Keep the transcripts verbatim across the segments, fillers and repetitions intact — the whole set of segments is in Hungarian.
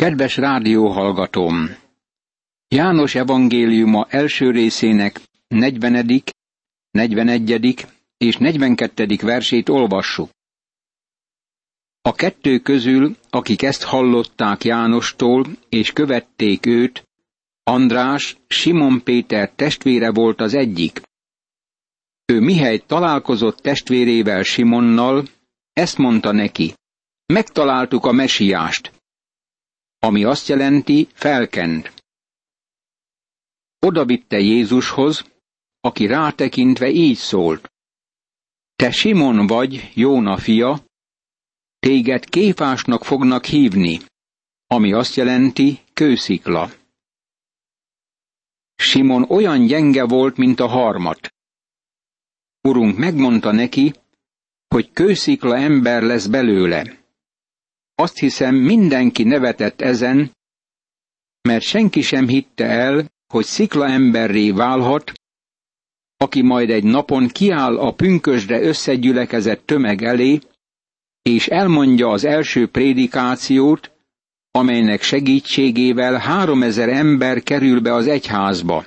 Kedves rádióhallgatóm! János evangéliuma első részének negyvenedik, negyvenegyedik és negyvenkettedik versét olvassuk. A kettő közül, akik ezt hallották Jánostól és követték őt, András, Simon Péter testvére volt az egyik. Ő mihelyt találkozott testvérével Simonnal, ezt mondta neki: megtaláltuk a mesiást, ami azt jelenti, felkent. Oda vitte Jézushoz, aki rátekintve így szólt: te Simon vagy, Jóna fia, téged Kéfásnak fognak hívni, ami azt jelenti, kőszikla. Simon olyan gyenge volt, mint a harmat. Urunk megmondta neki, hogy kőszikla ember lesz belőle. Azt hiszem, mindenki nevetett ezen, mert senki sem hitte el, hogy szikla emberré válhat, aki majd egy napon kiáll a pünkösdre összegyülekezett tömeg elé, és elmondja az első prédikációt, amelynek segítségével háromezer ember kerül be az egyházba.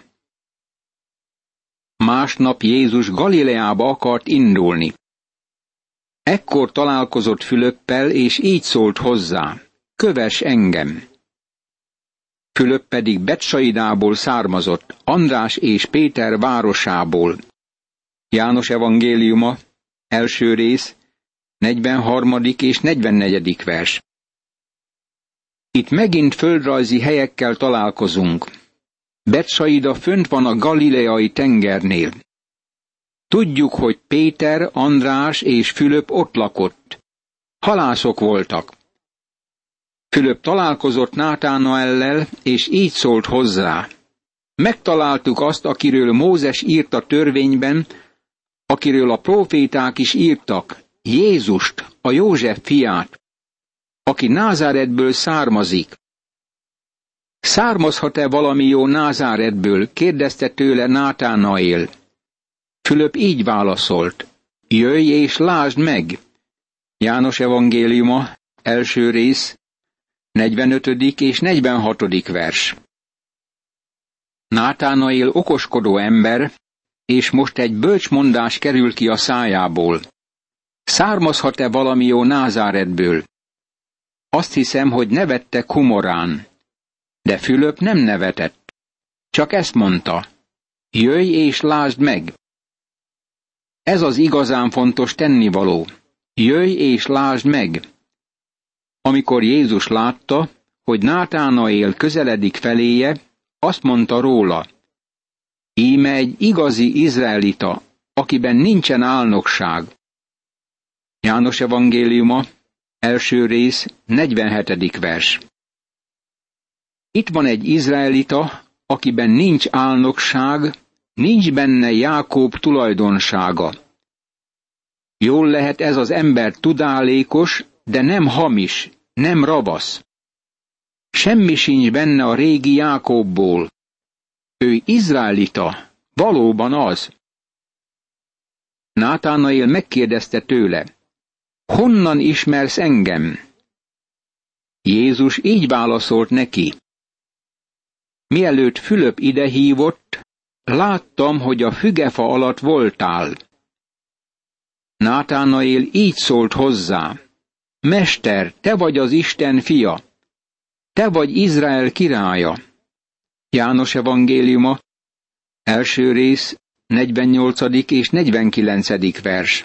Másnap Jézus Galileába akart indulni. Ekkor találkozott Fülöppel, és így szólt hozzá: kövess engem. Fülöpp pedig Betsaidából származott, András és Péter városából. János evangéliuma, első rész, negyvenharmadik és negyvennegyedik vers. Itt megint földrajzi helyekkel találkozunk. Betsaida fönt van a galileai tengernél. Tudjuk, hogy Péter, András és Fülöp ott lakott. Halászok voltak. Fülöp találkozott Nátánaellel, és így szólt hozzá: megtaláltuk azt, akiről Mózes írt a törvényben, akiről a próféták is írtak, Jézust, a József fiát, aki Názáretből származik. Származhat-e valami jó Názáretből? kérdezte tőle Nátánaél. Fülöp így válaszolt: jöjj és lásd meg! János evangéliuma, első rész, negyvenötödik és negyvenhatodik vers. Nátánaél okoskodó ember, és most egy bölcsmondás kerül ki a szájából. Származhat-e valami jó Názáretből? Azt hiszem, hogy nevettek humorán. De Fülöp nem nevetett. Csak ezt mondta: jöjj és lásd meg! Ez az igazán fontos tennivaló. Jöjj és lásd meg! Amikor Jézus látta, hogy Nátánaél közeledik feléje, azt mondta róla: íme egy igazi izraelita, akiben nincsen álnokság. János evangéliuma, első rész, negyvenhetedik vers. Itt van egy izraelita, akiben nincs álnokság, nincs benne Jákob tulajdonsága. Jól lehet, ez az ember tudálékos, de nem hamis, nem ravasz. Semmi sincs benne a régi Jákobból. Ő izraelita, valóban az. Nátánaél megkérdezte tőle: honnan ismersz engem? Jézus így válaszolt neki: mielőtt Fülöp idehívott, láttam, hogy a fügefa alatt voltál. Nátánaél így szólt hozzá: Mester, te vagy az Isten fia, te vagy Izrael királya. János evangéliuma, első rész, negyvennyolcadik és negyvenkilencedik vers.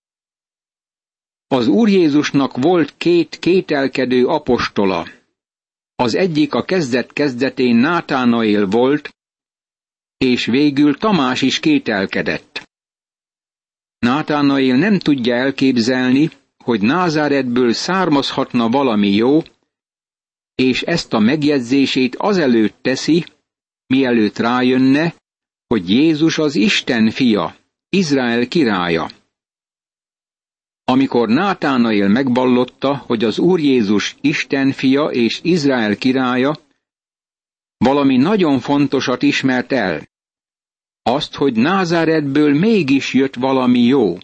Az Úr Jézusnak volt két kételkedő apostola. Az egyik a kezdet-kezdetén Nátánaél volt, és végül Tamás is kételkedett. Nátánaél nem tudja elképzelni, hogy Názáretből származhatna valami jó, és ezt a megjegyzését azelőtt teszi, mielőtt rájönne, hogy Jézus az Isten fia, Izrael királya. Amikor Nátánaél megvallotta, hogy az Úr Jézus Isten fia és Izrael királya, valami nagyon fontosat ismert el. Azt, hogy Názáretből mégis jött valami jó.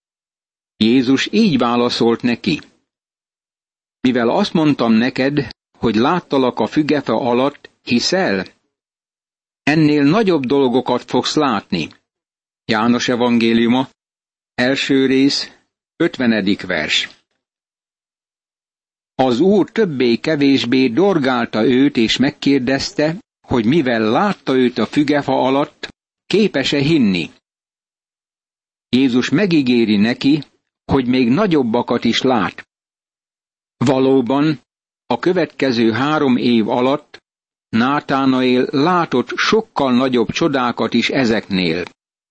Jézus így válaszolt neki: mivel azt mondtam neked, hogy láttalak a fügefa alatt, hiszel? Ennél nagyobb dolgokat fogsz látni. János evangéliuma, első rész, ötvenedik vers. Az Úr többé-kevésbé dorgálta őt, és megkérdezte, hogy mivel látta őt a fügefa alatt, képes-e hinni. Jézus megígéri neki, hogy még nagyobbakat is lát. Valóban, a következő három év alatt Nátánaél látott sokkal nagyobb csodákat is ezeknél.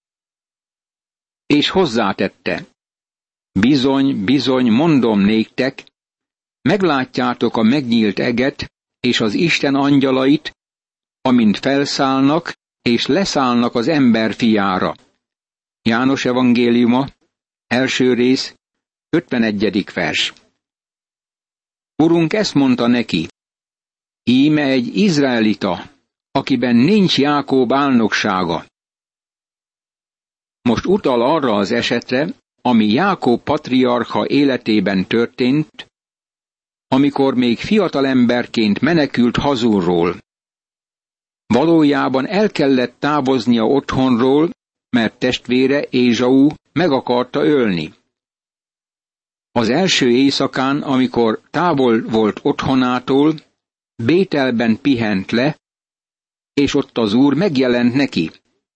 És hozzátette, bizony, bizony, mondom néktek, meglátjátok a megnyílt eget és az Isten angyalait, amint felszállnak és leszállnak az ember fiára. János evangéliuma, első rész, ötvenegyedik vers. Urunk ezt mondta neki, íme egy izraelita, akiben nincs Jákób álnoksága. Most utal arra az esetre, ami Jákób patriarcha életében történt, amikor még fiatalemberként menekült hazulról. Valójában el kellett távoznia otthonról, mert testvére Ézsau meg akarta ölni. Az első éjszakán, amikor távol volt otthonától, Bételben pihent le, és ott az Úr megjelent neki.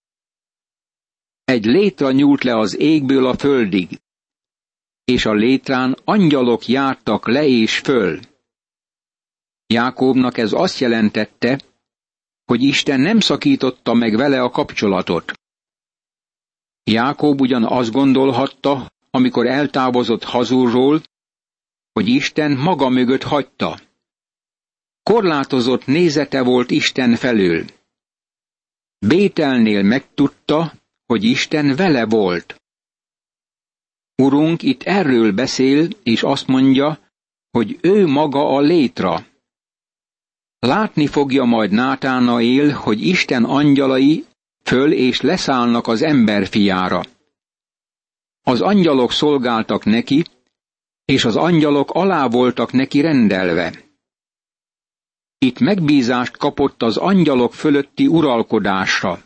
Egy létra nyúlt le az égből a földig, és a létrán angyalok jártak le és föl. Jákóbnak ez azt jelentette, hogy Isten nem szakította meg vele a kapcsolatot. Jákób ugyan azt gondolhatta, amikor eltávozott hazulról, hogy Isten maga mögött hagyta. Korlátozott nézete volt Isten felől. Bételnél megtudta, hogy Isten vele volt. Urunk itt erről beszél, és azt mondja, hogy ő maga a létra. Látni fogja majd Nátánaél, hogy Isten angyalai föl és leszállnak az ember fiára. Az angyalok szolgáltak neki, és az angyalok alá voltak neki rendelve. Itt megbízást kapott az angyalok fölötti uralkodásra.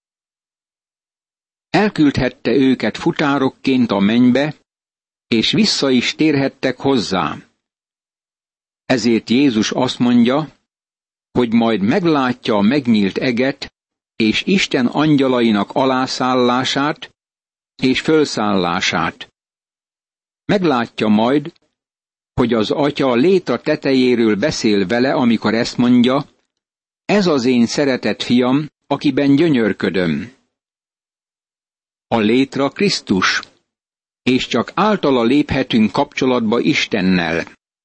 Elküldhette őket futárokként a mennybe, és vissza is térhettek hozzá. Ezért Jézus azt mondja, hogy majd meglátja a megnyílt eget, és Isten angyalainak alászállását és fölszállását. Meglátja majd, hogy az Atya a létra tetejéről beszél vele, amikor ezt mondja, ez az én szeretett fiam, akiben gyönyörködöm. A létra Krisztus, és csak általa léphetünk kapcsolatba Istennel.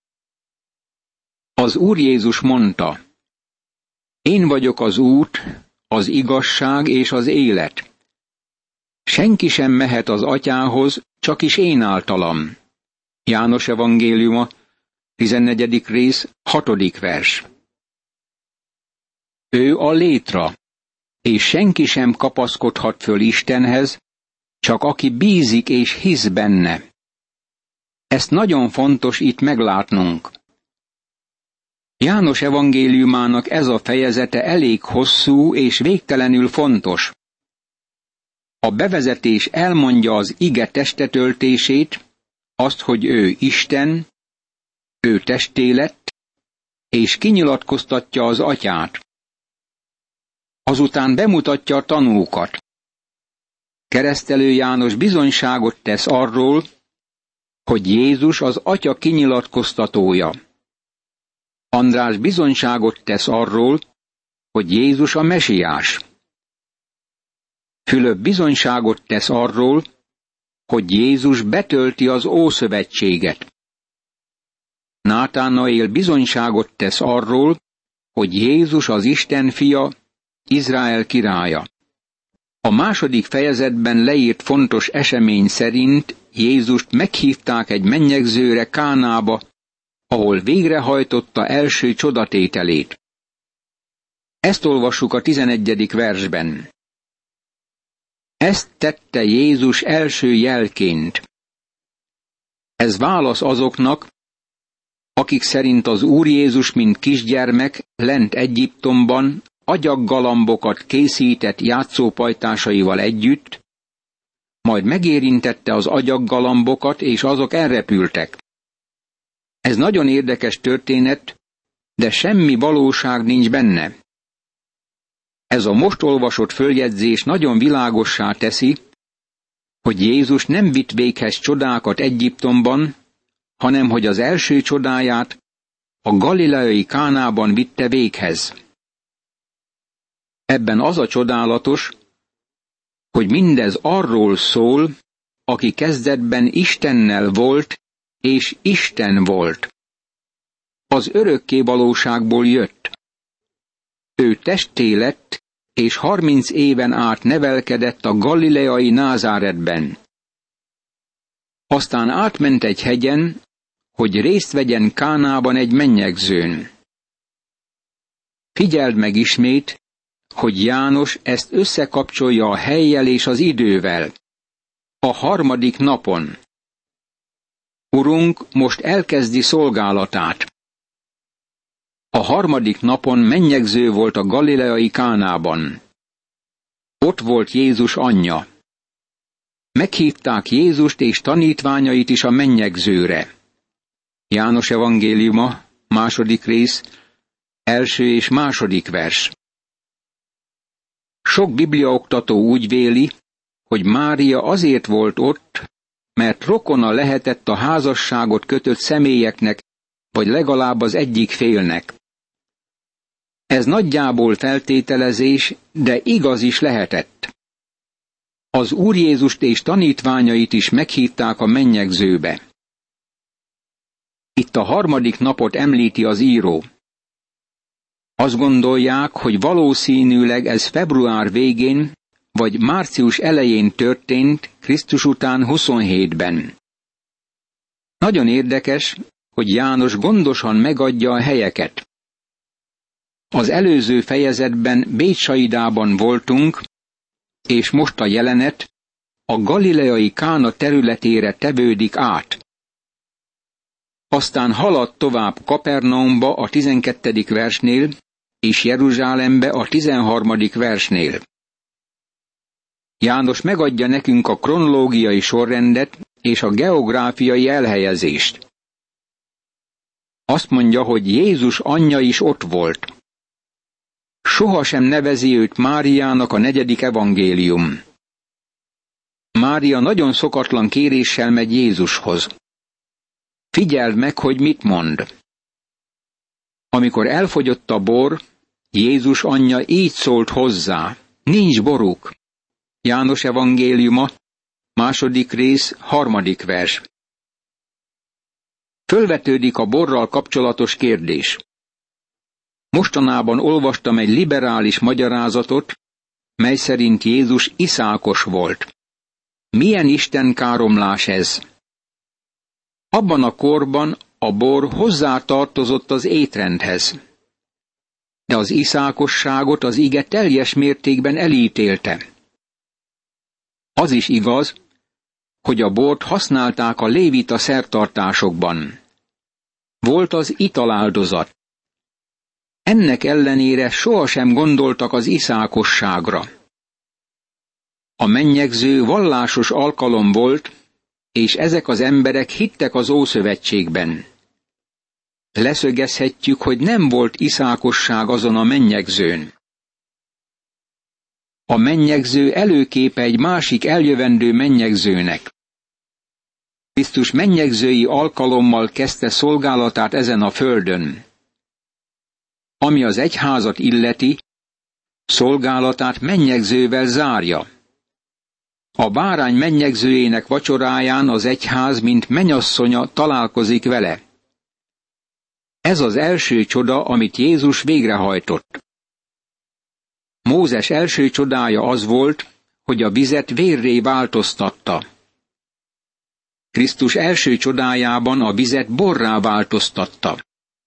Az Úr Jézus mondta, én vagyok az út, az igazság és az élet. Senki sem mehet az Atyához, csak is én általam. János evangéliuma, tizennegyedik rész, hatodik vers. Ő a létra, és senki sem kapaszkodhat föl Istenhez, csak aki bízik és hisz benne. Ezt nagyon fontos itt meglátnunk. János evangéliumának ez a fejezete elég hosszú és végtelenül fontos. A bevezetés elmondja az ige testetöltését, azt, hogy ő Isten, ő testé lett, és kinyilatkoztatja az Atyát. Azután bemutatja a tanúkat. Keresztelő János bizonyságot tesz arról, hogy Jézus az Atya kinyilatkoztatója. András bizonyságot tesz arról, hogy Jézus a mesiás. Fülöp bizonyságot tesz arról, hogy Jézus betölti az Ószövetséget. Nátánaél bizonyságot tesz arról, hogy Jézus az Isten fia, Izrael királya. A második fejezetben leírt fontos esemény szerint Jézust meghívták egy mennyegzőre Kánába, ahol végrehajtotta első csodatételét. Ezt olvassuk a tizenegyedik versben. Ezt tette Jézus első jelként. Ez válasz azoknak, akik szerint az Úr Jézus, mint kisgyermek, lent Egyiptomban agyaggalambokat készített játszópajtásaival együtt, majd megérintette az agyaggalambokat, és azok elrepültek. Ez nagyon érdekes történet, de semmi valóság nincs benne. Ez a most olvasott följegyzés nagyon világossá teszi, hogy Jézus nem vitt véghez csodákat Egyiptomban, hanem hogy az első csodáját a galileai Kánában vitte véghez. Ebben az a csodálatos, hogy mindez arról szól, aki kezdetben Istennel volt, és Isten volt. Az örökké valóságból jött. Ő testé lett, és harminc éven át nevelkedett a galileai Názáretben. Aztán átment egy hegyen, hogy részt vegyen Kánában egy mennyegzőn. Figyeld meg ismét, hogy János ezt összekapcsolja a hellyel és az idővel. A harmadik napon. Urunk most elkezdi szolgálatát. A harmadik napon mennyegző volt a galileai Kánában. Ott volt Jézus anyja. Meghívták Jézust és tanítványait is a mennyegzőre. János evangéliuma, második rész, első és második vers. Sok bibliaoktató úgy véli, hogy Mária azért volt ott, mert rokona lehetett a házasságot kötött személyeknek, vagy legalább az egyik félnek. Ez nagyjából feltételezés, de igaz is lehetett. Az Úr Jézust és tanítványait is meghívták a mennyegzőbe. Itt a harmadik napot említi az író. Azt gondolják, hogy valószínűleg ez február végén, vagy március elején történt, Krisztus után huszonhétben. Nagyon érdekes, hogy János gondosan megadja a helyeket. Az előző fejezetben Bétsaidában voltunk, és most a jelenet a galileai Kána területére tevődik át. Aztán halad tovább Kapernaumba a tizenkettedik versnél, és Jeruzsálembe a tizenharmadik versnél. János megadja nekünk a kronológiai sorrendet és a geográfiai elhelyezést. Azt mondja, hogy Jézus anyja is ott volt. Sohasem nevezi őt Máriának a negyedik evangélium. Mária nagyon szokatlan kéréssel megy Jézushoz. Figyeld meg, hogy mit mond. Amikor elfogyott a bor, Jézus anyja így szólt hozzá: nincs boruk. János evangéliuma, második rész, harmadik vers. Fölvetődik a borral kapcsolatos kérdés. Mostanában olvastam egy liberális magyarázatot, mely szerint Jézus iszákos volt. Milyen istenkáromlás ez? Abban a korban a bor hozzátartozott az étrendhez. De az iszákosságot az ige teljes mértékben elítélte. Az is igaz, hogy a bort használták a lévita szertartásokban. Volt az italáldozat. Ennek ellenére sohasem gondoltak az iszákosságra. A mennyegző vallásos alkalom volt, és ezek az emberek hittek az Ószövetségben. Leszögezhetjük, hogy nem volt iszákosság azon a mennyegzőn. A mennyegző előképe egy másik eljövendő mennyegzőnek. Krisztus mennyegzői alkalommal kezdte szolgálatát ezen a földön. Ami az egyházat illeti, szolgálatát mennyegzővel zárja. A bárány mennyegzőjének vacsoráján az egyház, mint mennyasszonya találkozik vele. Ez az első csoda, amit Jézus végrehajtott. Mózes első csodája az volt, hogy a vizet vérré változtatta. Krisztus első csodájában a vizet borrá változtatta.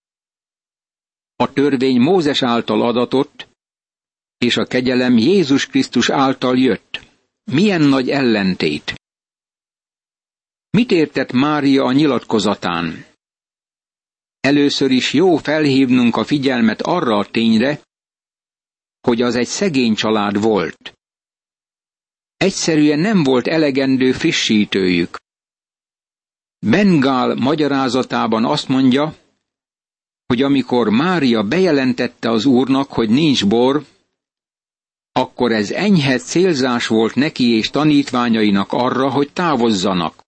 A törvény Mózes által adatott, és a kegyelem Jézus Krisztus által jött. Milyen nagy ellentét! Mit értett Mária a nyilatkozatán? először is jó felhívnunk a figyelmet arra a tényre, hogy az egy szegény család volt. Egyszerűen nem volt elegendő frissítőjük. Ben Gál magyarázatában azt mondja, hogy amikor Mária bejelentette az Úrnak, hogy nincs bor, akkor ez enyhe célzás volt neki és tanítványainak arra, hogy távozzanak.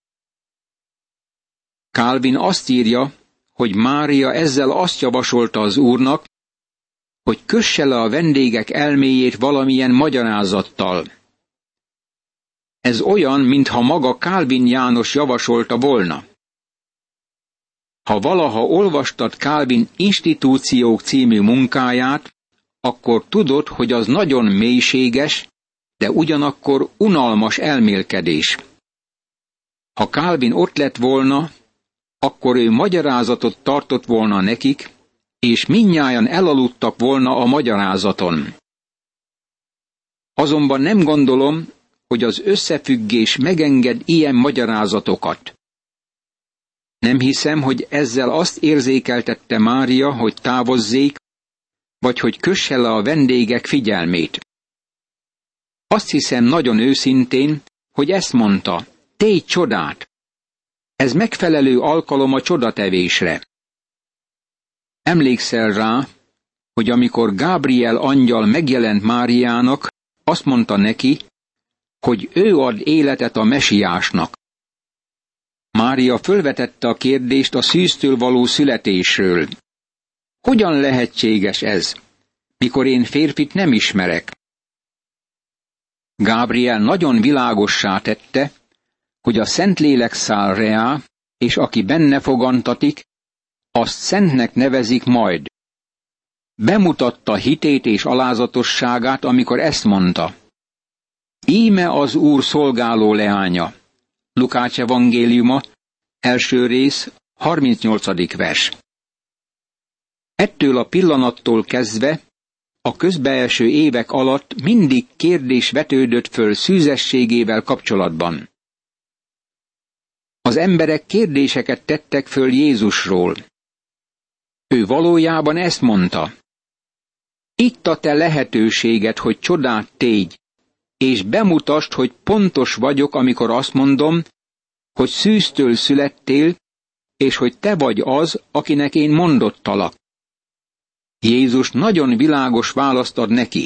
Calvin azt írja, hogy Mária ezzel azt javasolta az Úrnak, hogy kösse le a vendégek elméjét valamilyen magyarázattal. Ez olyan, mintha maga Calvin János javasolta volna. Ha valaha olvastad Calvin Institúciók című munkáját, akkor tudod, hogy az nagyon mélységes, de ugyanakkor unalmas elmélkedés. Ha Calvin ott lett volna, akkor ő magyarázatot tartott volna nekik, és mindnyájan elaludtak volna a magyarázaton. Azonban nem gondolom, hogy az összefüggés megenged ilyen magyarázatokat. Nem hiszem, hogy ezzel azt érzékeltette Mária, hogy távozzék, vagy hogy kösse le a vendégek figyelmét. Azt hiszem nagyon őszintén, hogy ezt mondta, tégy csodát. Ez megfelelő alkalom a csodatevésre. Emlékszel rá, hogy amikor Gábriel angyal megjelent Máriának, azt mondta neki, hogy ő ad életet a mesiásnak. Mária fölvetette a kérdést a szűztől való születésről. Hogyan lehetséges ez, mikor én férfit nem ismerek? Gábriel nagyon világossá tette, hogy a Szentlélek száll reá, és aki benne fogantatik, azt szentnek nevezik majd. Bemutatta hitét és alázatosságát, amikor ezt mondta. Íme az Úr szolgáló leánya. Lukács evangéliuma, első rész, harmincnyolcadik vers. Ettől a pillanattól kezdve a közbeeső évek alatt mindig kérdés vetődött föl szűzességével kapcsolatban. Az emberek kérdéseket tettek föl Jézusról. Ő valójában ezt mondta. Itt a te lehetőséged, hogy csodát tégy, és bemutasd, hogy pontos vagyok, amikor azt mondom, hogy szűztől születtél, és hogy te vagy az, akinek én mondottalak. Jézus nagyon világos választ ad neki.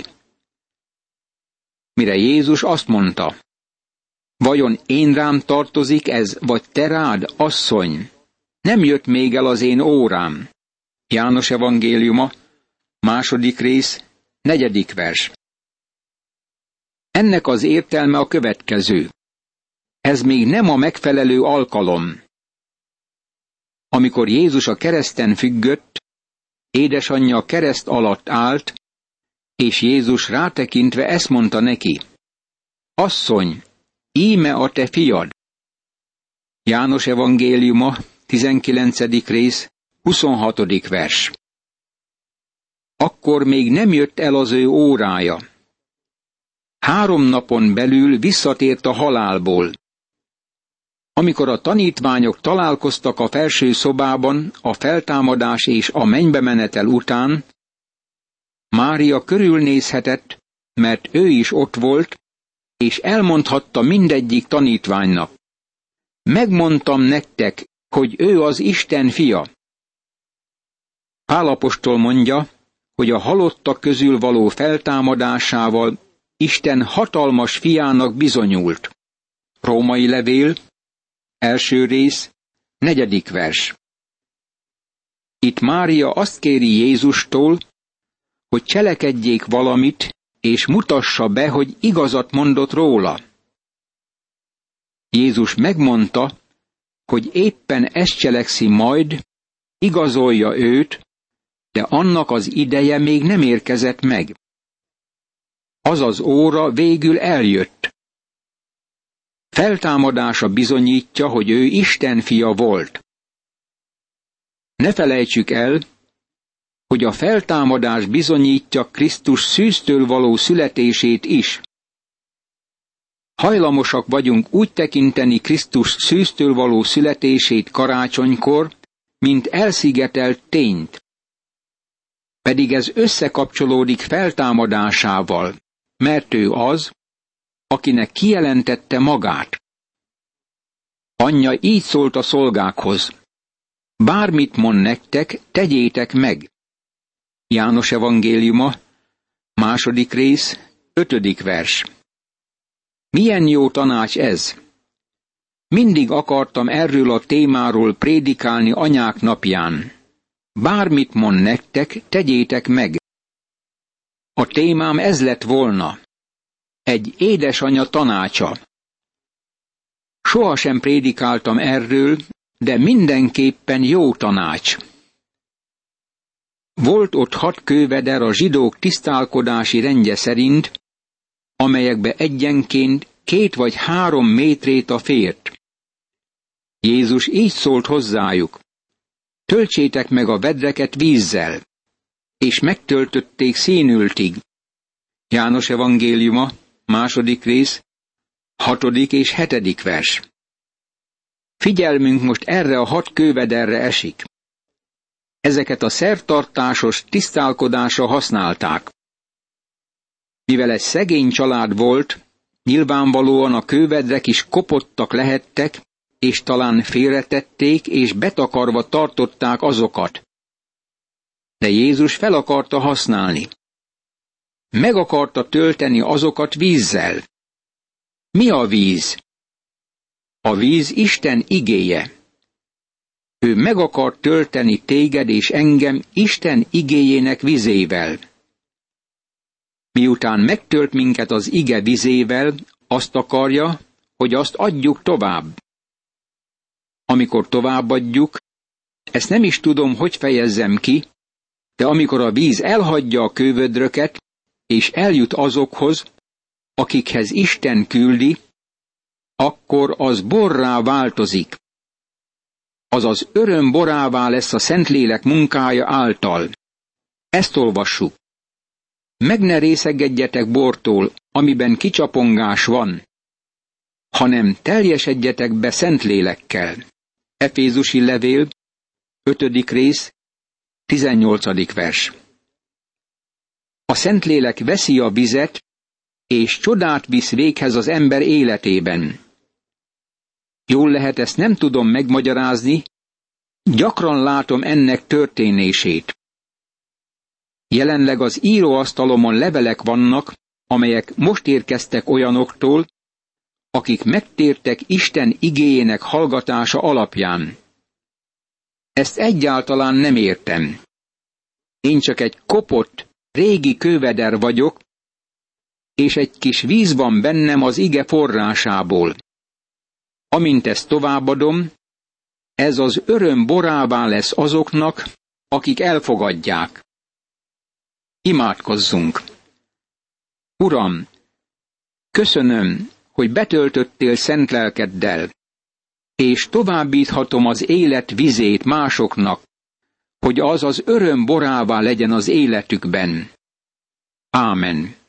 Mire Jézus azt mondta, vajon én rám tartozik ez, vagy te rád, asszony? Nem jött még el az én órám. János evangéliuma, második rész, negyedik vers. Ennek az értelme a következő. Ez még nem a megfelelő alkalom. Amikor Jézus a kereszten függött, édesanyja a kereszt alatt állt, és Jézus rátekintve ezt mondta neki. Asszony, íme a te fiad. János evangéliuma, tizenkilencedik rész, huszonhatodik vers. Akkor még nem jött el az ő órája. Három napon belül visszatért a halálból. Amikor a tanítványok találkoztak a felső szobában a feltámadás és a mennybe menetel után, Mária körülnézhetett, mert ő is ott volt, és elmondhatta mindegyik tanítványnak. Megmondtam nektek, hogy ő az Isten fia. Pál apostol mondja, hogy a halottak közül való feltámadásával Isten hatalmas fiának bizonyult. Római levél, első rész, negyedik vers. Itt Mária azt kéri Jézustól, hogy cselekedjék valamit, és mutassa be, hogy igazat mondott róla. Jézus megmondta, hogy éppen ezt cselekszi majd, igazolja őt, de annak az ideje még nem érkezett meg. Az az óra végül eljött. Feltámadása bizonyítja, hogy ő Isten fia volt. Ne felejtsük el, hogy a feltámadás bizonyítja Krisztus szűztől való születését is. Hajlamosak vagyunk úgy tekinteni Krisztus szűztől való születését karácsonykor, mint elszigetelt tényt. Pedig ez összekapcsolódik feltámadásával, mert ő az, akinek kijelentette magát. Anyja így szólt a szolgákhoz: bármit mond nektek, tegyétek meg. János evangéliuma, második rész, ötödik vers. Milyen jó tanács ez! Mindig akartam erről a témáról prédikálni anyák napján. Bármit mond nektek, tegyétek meg. A témám ez lett volna: egy édesanya tanácsa. Sohasem prédikáltam erről, de mindenképpen jó tanács. Volt ott hat kőveder a zsidók tisztálkodási rendje szerint, amelyekbe egyenként két vagy három métréta fért. Jézus így szólt hozzájuk: töltsétek meg a vedreket vízzel, és megtöltötték színültig. János evangéliuma, második rész, hatodik és hetedik vers. Figyelmünk most erre a hat kővederre esik. Ezeket a szertartásos tisztálkodásra használták. Mivel egy szegény család volt, nyilvánvalóan a kővedrek is kopottak lehettek, és talán félretették és betakarva tartották azokat. De Jézus fel akarta használni. Meg akarta tölteni azokat vízzel. Mi a víz? A víz Isten igéje. Ő meg akar tölteni téged és engem Isten igéjének vizével. Miután megtölt minket az ige vizével, azt akarja, hogy azt adjuk tovább. Amikor továbbadjuk, ezt nem is tudom, hogy fejezzem ki, de amikor a víz elhagyja a kővödröket, és eljut azokhoz, akikhez Isten küldi, akkor az borrá változik. Azaz öröm borává lesz a Szentlélek munkája által. Ezt olvassuk. Meg ne részegedjetek bortól, amiben kicsapongás van, hanem teljesedjetek be Szentlélekkel. Efézusi levél, ötödik rész, tizennyolcadik vers. A Szentlélek veszi a vizet, és csodát visz véghez az ember életében. Jól lehet, ezt nem tudom megmagyarázni, gyakran látom ennek történését. Jelenleg az íróasztalomon levelek vannak, amelyek most érkeztek olyanoktól, akik megtértek Isten igéjének hallgatása alapján. Ezt egyáltalán nem értem. Én csak egy kopott, régi kőveder vagyok, és egy kis víz van bennem az ige forrásából. Amint ezt továbbadom, ez az öröm borává lesz azoknak, akik elfogadják. Imádkozzunk! Uram, köszönöm, hogy betöltöttél szent lelkeddel, és továbbíthatom az élet vizét másoknak, hogy az az öröm borává legyen az életükben. Ámen.